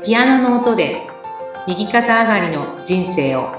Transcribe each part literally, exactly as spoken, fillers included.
ピアノの音で右肩上がりの人生を。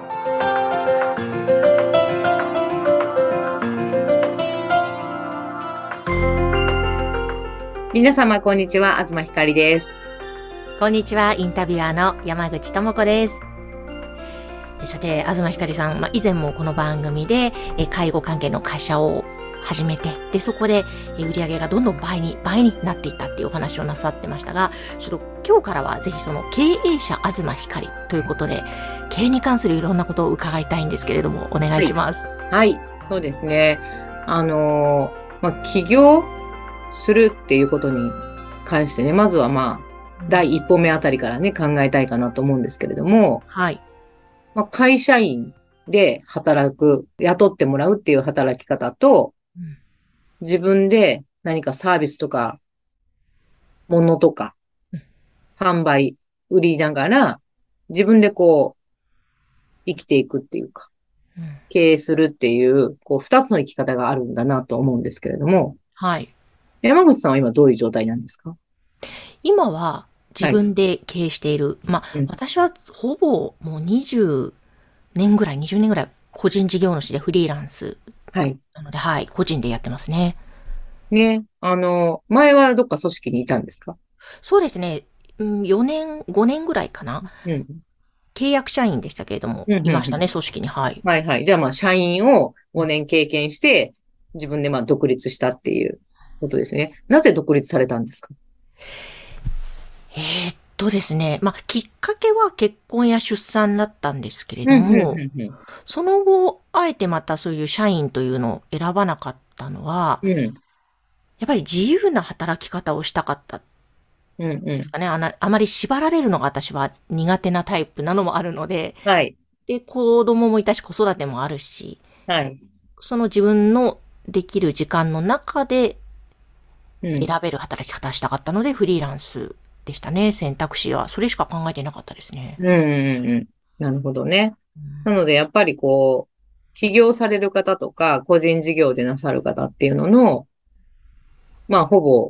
皆様こんにちは、東ひかりです。 こんにちは、インタビュアーの山口智子です。さて、東ひかりさん、まあ、以前もこの番組でえ介護関係の会社を始めて、でそこでえ売り上げがどんどん倍に倍になっていったっていうお話をなさってましたが、ちょっと今日からはぜひその経営者東ひかりということで、経営に関するいろんなことを伺いたいんですけれども、お願いします。 はい、はい、そうですね。あのー、まあ、起業するっていうことに関してね、まずはまあ、第一歩目あたりからね、考えたいかなと思うんですけれども、 はい。 まあ、会社員で働く、雇ってもらうっていう働き方と、 うん、 自分で何かサービスとか、ものとか、販売、売りながら、自分でこう、生きていくっていうか、 うん、 経営するっていう、こう、二つの生き方があるんだなと思うんですけれども、 はい。 山口さんは今どういう状態なんですか？ 今は自はい。 分で経営している。まあ、 うん。 私はほぼもうにじゅうねんぐらい、にじゅうねんぐらい個人事業主でフリーランスはい。 なので、はい、個人でやってますね。 ね。あの、前はどっか組織にいたんですか？ そうですね。うん、よねん、ごねんぐらいかな。 うん。 契約社員でしたけれども、 うん、うん、うん。 いましたね、組織に。はい。 はい、はい。じゃあまあ、社員をごねん経験して、自分でまあ、独立したっていうことですね。なぜ独立されたんですか？ えーっとですね。まあ、きっかけは結婚や出産だったんですけれうん、うん、 ども、 うん、うその後、あえてまたそういう社員というのを選ばなかったのは、 ん。うん、 やっぱり自由な働き方をしたかったうん、うん。 ですかね。あな、あまり縛られるのが私は苦手なタイプなのもあるので、 はい。 で、子供もいたし子育てもあるし、 はい。 その自分のできる時間の中でうん。 選べる働き方をしたかったので、フリーランスでしたね。選択肢は。それしか考えてなかったですね。 うん、うん、うん。なるほどね。 うん、 なので、やっぱりこう、起業される方とか、個人事業でなさる方っていうのの、まあ、ほぼ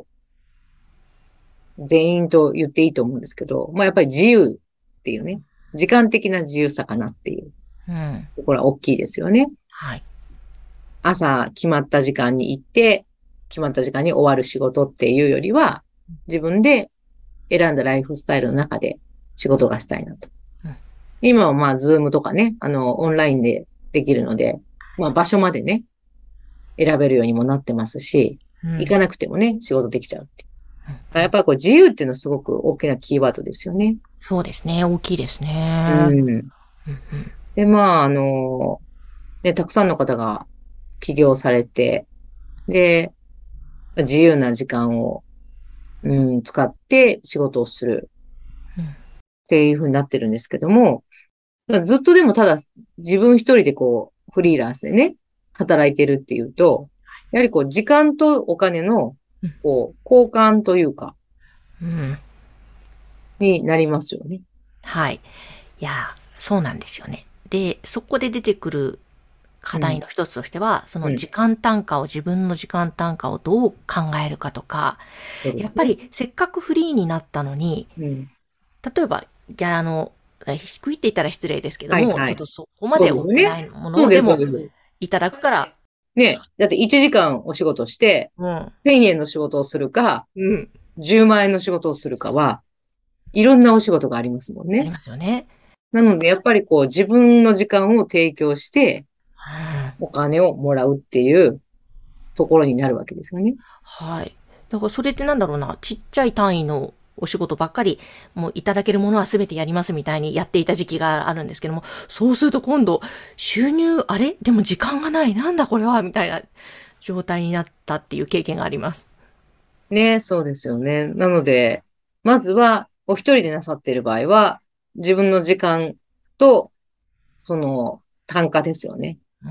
全員と言っていいと思うんですけど、まあ、やっぱり自由っていうね、時間的な自由さかなっていううん。 ところは大きいですよね。 はい。 朝決まった時間に行って、決まった時間に終わる仕事っていうよりは、自分で選んだライフスタイルの中で仕事がしたいなと。 うん。 今はまあ、ズームとかね、あの、オンラインでできるので、まあ、場所までね、選べるようにもなってますし、 うん。 行かなくてもね、仕事できちゃうって。やっぱりこう自由っていうのはすごく大きなキーワードですよね。 そうですね。大きいですうね。 ん。 うん。うん。 で、まあ、あの、ね、たくさんの方が起業されて、で、自由な時間を、うん、使って仕事をするっていうふうになってるんですけども、ずっとでもただ自分一人でこう、フリーランスでね、働いてるっていうと、やはりこう、時間とお金の、こう、交換というか、 うん。 になりますよね。 はい。いや、そうなんですよね。で、そこで出てくる課題うん、 の一つとしては、そうん、 の時間単価を、自分の時間単価をどう考えるかとか、 そうですね。 やっぱりせっかくフリーになったのに、 うん。 例えばギャラの、え低いって言ったら失礼ですけども、 はいはい。 ちょっとそこまそうでですよね。 多くないもそうです、そうのでもです。 いただくから、 ね。だっていちじかんお仕事して、 うん、 せんえんの仕事をするか、 うん、 じゅうまん円の仕事をするかは、いろんなお仕事がありますもんね。 ありますよね。 なので、やっぱりこう自分の時間を提供して、 うん、 お金をもらうっていうところになるわけですよね。 はい。だからそれってなんだろうな、ちっちゃい単位のお仕事ばっかり、もういただけるものは全てやりますみたいにやっていた時期があるんですけども、そうすると今度、収入、あれでも時間がない。なんだこれはみたいな状態になったっていう経験があります。 ね、そうですよね。なので、まずは、お一人でなさっている場合は、自分の時間と、その、単価ですよね。 うん。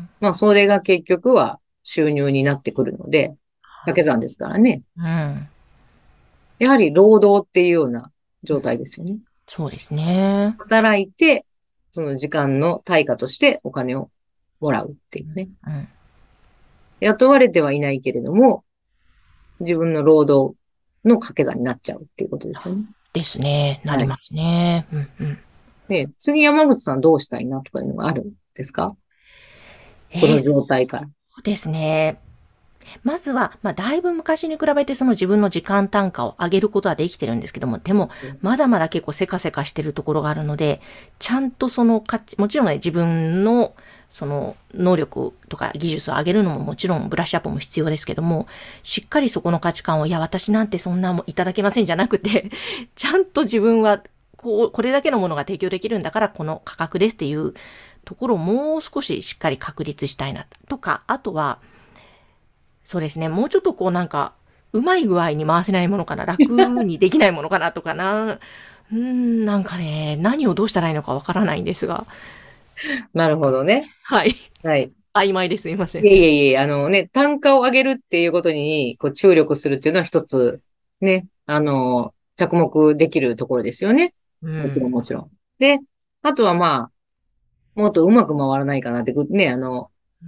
まあ、それが結局は収入になってくるので、掛け算ですからね。 うん。 やはり労働っていうような状態ですよね。 そうですね。 働いて、その時間の対価としてお金をもらうっていうね。 うん。 雇われてはいないけれども、自分の労働の掛け算になっちゃうっていうことですよね。 ですね。なはい。 りますね。うんうん。 で、次山口さんどうしたいなとかいうのがあるんですか？このえー、そ状態から。 うですね。まずは、まあ、だいぶ昔に比べてその自分の時間単価を上げることはできてるんですけども、でも、まだまだ結構せかせかしてるところがあるので、ちゃんとその価値、もちろんね、自分のその能力とか技術を上げるのももちろんブラッシュアップも必要ですけども、しっかりそこの価値観を、いや、私なんてそんなもんいただけませんじゃなくて、ちゃんと自分はこう、これだけのものが提供できるんだから、この価格ですっていうところをもう少ししっかり確立したいなとか、あとは、そうですね。もうちょっとこうなんか、うまい具合に回せないものかな、楽にできないものかなとかな。うーん、なんかね、何をどうしたらいいのかわからないんですが。 なるほどね。 はい。 はい。 曖昧ですいません。 いえいえいえ、あのね、単価を上げるっていうことに、こう、注力するっていうのは一つ、ね、あの、着目できるところですよね。もちろん、 うん。 もちろん。で、あとはまあ、もっとうまく回らないかなって、ぐね、あの、 うん、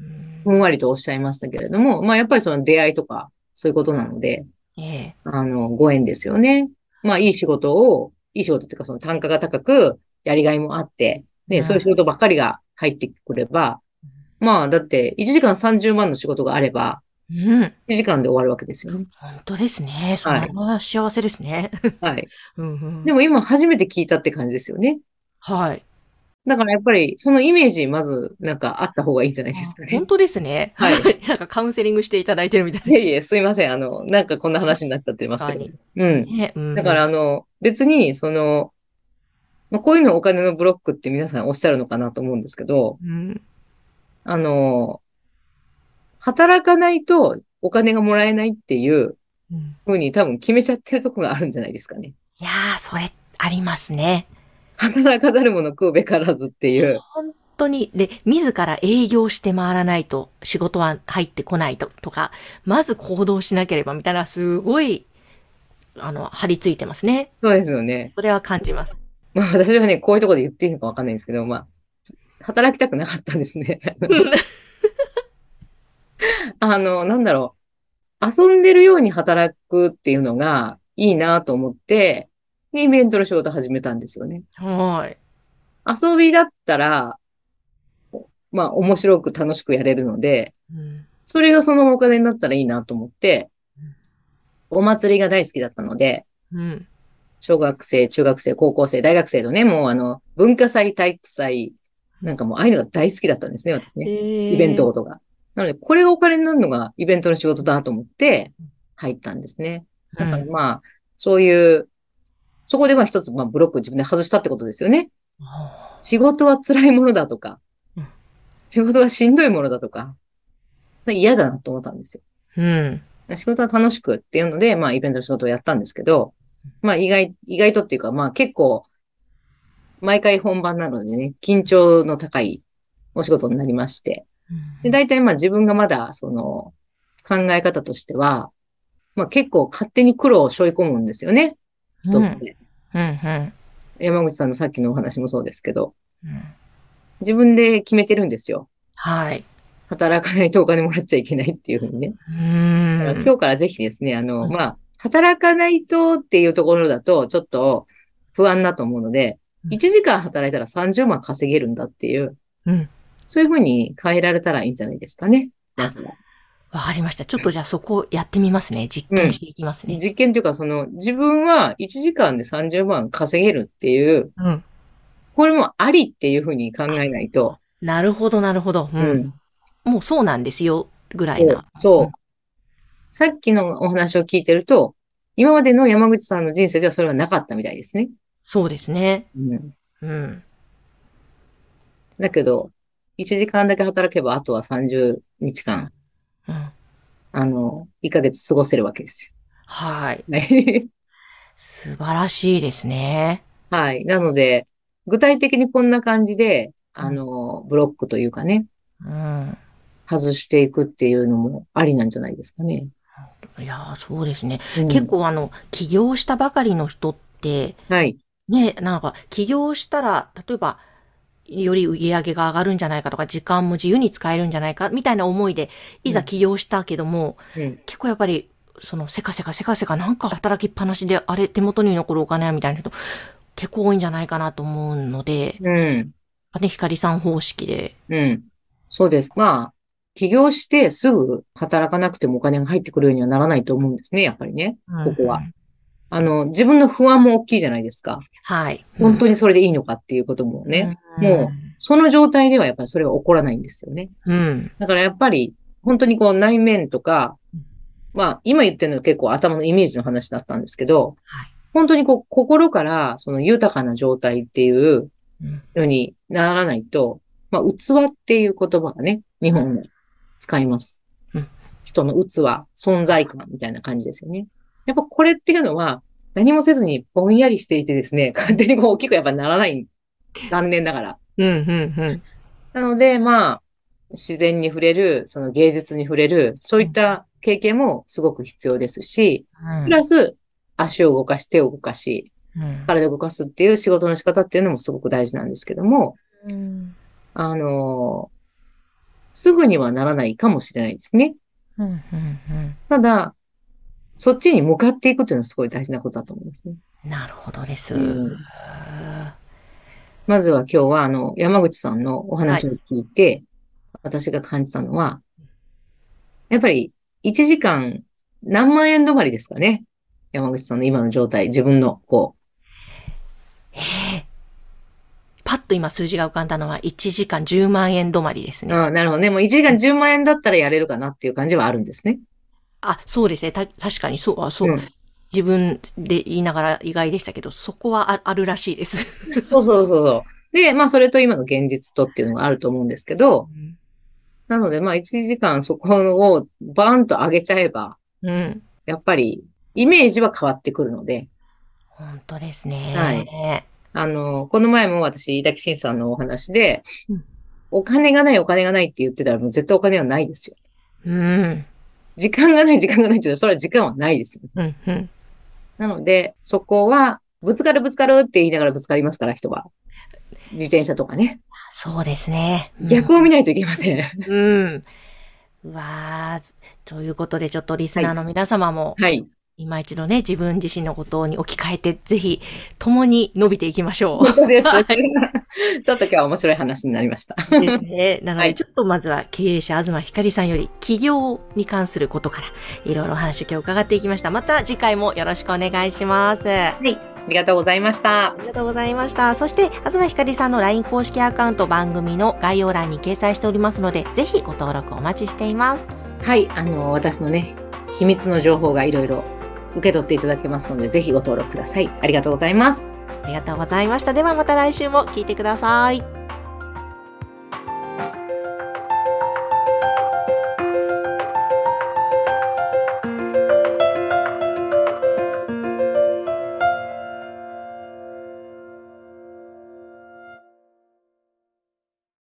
ふんわりとおっしゃいましたけれども、まあ、やっぱりその出会いとか、そういうことなので、 ええ。 あの、ご縁ですよね。まあ、いい仕事を、いい仕事っていうか、その単価が高く、やりがいもあって、ね、そういう仕うん。 事ばっかりが入ってくれば、まあ、だって、いちじかんさんじゅうまんの仕事があれば、 うん。 いちじかんで終わるわけですよね。 本当ですね。それはい。 は幸せですね。 はい。 うんうん。 でも今初めて聞いたって感じですよね。 はい。 だからやっぱり、そのイメージ、まず、なんかあった方がいいんじゃないですあ、 かね。 本当ですね。 はい。 はい。なんかカウンセリングしていただいてるみたい。 いえいえ、すいません。あの、なんかこんな話になっちゃってますけど。 確かに。 うん。 ね、うんだかうん。 ら、あの、別に、その、まあ、こういうのお金のブロックって皆さんおっしゃるのかなと思うんですけど、 うん。 あの、働かないとお金がもらえないっていううん。 ふうに多分決めちゃってるとこがあるんじゃないですかね。 いやー、それありますね。 働かざる者食うべからずっていう。 本当に、で、自ら営業して回らないと仕事は入ってこないと、とか、まず行動しなければみたいな、すごい、あの、張り付いてますね。 そうですよね。 それは感じます。 まあ私はね、こういうところで言っていいのかわかんないんですけど、まあ、働きたくなかったんですね。 うん。 あの、なんだろう。遊んでるように働くっていうのがいいなと思って、で、イベントの仕事始めたんですよね。 はい。 遊びだったら、まあ、面白く楽しくやれるので、 うん。 それがそのお金になったらいいなと思って、お祭りが大好きだったので、 うん。 小学生、中学生、高校生、大学生のね、もうあの、文化祭、体育祭、なんかもうああいうのが大好きだったんですね、私ね。イベンええ。 トごとが。なので、これがお金になるのがイベントの仕事だと思って入ったんですね。だからうん。 まあ、そういう、そこでまあ一つ、まあブロック自分で外したってことですよね。仕事は辛いものだとか、仕事はしんどいものだとか、嫌だなと思ったんですよ。 うん。 仕事は楽しくっていうので、まあイベントの仕事をやったんですけど、まあ意外、意外とっていうか、まあ結構、毎回本番なのでね、緊張の高いお仕事になりまして。で、大体まあ自分がまだ、その、考え方としては、まあ結構勝手に苦労を背負い込むんですよね。 うん。うん。 人って。 うん。 山口さんのさっきのお話もそうですけど、 うん。 自分で決めてるんですよ。 はい。 働かないとお金もらっちゃいけないっていうふうにね。 うーん。 今日からぜひですね、あの、まあ、働かないとっていうところだと、ちょっと不安だと思うので、いちじかん働いたらさんじゅうまん稼げるんだっていう、 うん。 そういうふうに変えられたらいいんじゃないですかね。まあ、 ずは。 わかりました。ちょっとじゃあそこやってみますね。実うん。 験していきますね。 実験というか、その、自分はいちじかんでさんじゅうまん稼げるっていう、 うん。 これもありっていうふうに考えないと、 なるほど、なるほど。うん。 うん。 もうそうなんですよ、ぐらいそう、 な。うん。 そう。さっきのお話を聞いてると、今までの山口さんの人生ではそれはなかったみたいですね。 そうですね。 うん。 うん。 だけど、いちじかんだけ働けば、あとはさんじゅうにちかん、 うん。 あの、いっかげつ過ごせるわけですはい。 よ。はい。 素晴らしいですね。 はい。なので、具体的にこんな感じで、あうん。 の、ブロックというかね、 うん。 外していくっていうのもありなんじゃないですかね。 いやー、そうですね。 うん。 結構あの、起業したばかりの人って、 はい。 ね、なんか、起業したら、例えば、より売り上げが上がるんじゃないかとか、時間も自由に使えるんじゃないか、みたいな思いで、いざうん。 起業したけども、 うん。 結構やっぱり、 そのせかせかせかせかなんか働きっぱなしで、あれ手元に残るお金はみたいな人結構多いんじゃないかなと思うので、 うん。 ね、光さん方式で。 うん。そうです。まあ、起業してすぐ働かなくてもお金が入ってくるようにはならないと思うんですね、やっぱりね。 うんうここは。 ん、 あの、自分の不安も大きいじゃないですか。 はい。うん。 本当にそれでいいのかっていうこともね。 うもう、 ん。 その状態ではやっぱりそれは起こらないんですよね。 うん。 だからやっぱり、本当にこう内面とか、まあ、今言ってるのは結構頭のイメージの話だったんですけど、 はい。 本当にこう、心からその豊かな状態っていううん。 ようにならないと、まあ、器っていう言葉がね、日本で使います。 うん。 人の器、存在感みたいな感じですよね。やっぱこれっていうのは、何もせずにぼんやりしていてですね、勝手にこう大きくやっぱならない。残念ながら。 うん。うん。うん。 なので、まあ、自然に触れる、その芸術に触れる、そういった経験もすごく必要ですし、プラス、足を動かし、手を動かし、 うん。 体を動かすっていう仕事の仕方っていうのもすごく大事なんですけども、 うん。 あの、すぐにはならないかもしれないですね。 うん。うん。 ただ、そっちに向かっていくっていうのはすごい大事なことだと思いますね。 なるほどです。 うん、まずは今日は、あの、山口さんのおはい。 話を聞いて、私が感じたのは、やっぱりいちじかん何万円止まりですかね。山口さんの今の状態、自分の、こパッと今数字が浮かんだのはいちじかんじゅうまん円止まりですう。 ね。 ああ、なるほどね。もういちじかんじゅうまん円だったらやれるかなっていう感じはあるんですね。 あ、そうですね。た、確かにそう、あ、そう。 うん。 自分で言いながら意外でしたけど、そこはあ、あるらしいです。 そうそうそうそう。で、まあ、それと今の現実とっていうのがあると思うんですけど、なので、まあ、いちじかんそこをバーンと上げちゃえば、 うん。 やっぱり、イメージは変わってくるので、 本当ですはい。 ね。 あの、この前も私、飯田慎さんのお話で、 うん。 お金がない、お金がないって言ってたら、もう絶対お金はないですよ。 うん。 時間がない、時間がないって言ったら、それは時間はないですよ。 うん。うん。 なので、そこは、ぶつかるぶつかるって言いながらぶつかりますから、人は。自転車とかね。 そうですね。うん。 逆を見ないといけません。 うん。うわー、ということで、ちょっとリスはい。 ナーの皆様も、 はい。 今一度ね、自分自身のことに置き換えて、ぜひ、共に伸びていきましょう。 本当です。 はい。 ちょっと今日は面白い話になりました。 ですね。なので、 はい。 ちょっとまずは経営者東ひかりさんより起業に関することからいろいろお話を今日伺っていきました。また次回もよろしくお願いします。あはい。ありがとうございました。 りがとうございました。そして、東ひかりさんの ライン 公式アカウント番組の概要欄に掲載しておりますので、ぜひご登録お待ちしています。 はい。あの、私のね、秘密の情報がいろいろ受け取っていただけますので、ぜひご登録ください。ありがとうございます。 ありがとうございました。ではまた来週も聞いてください。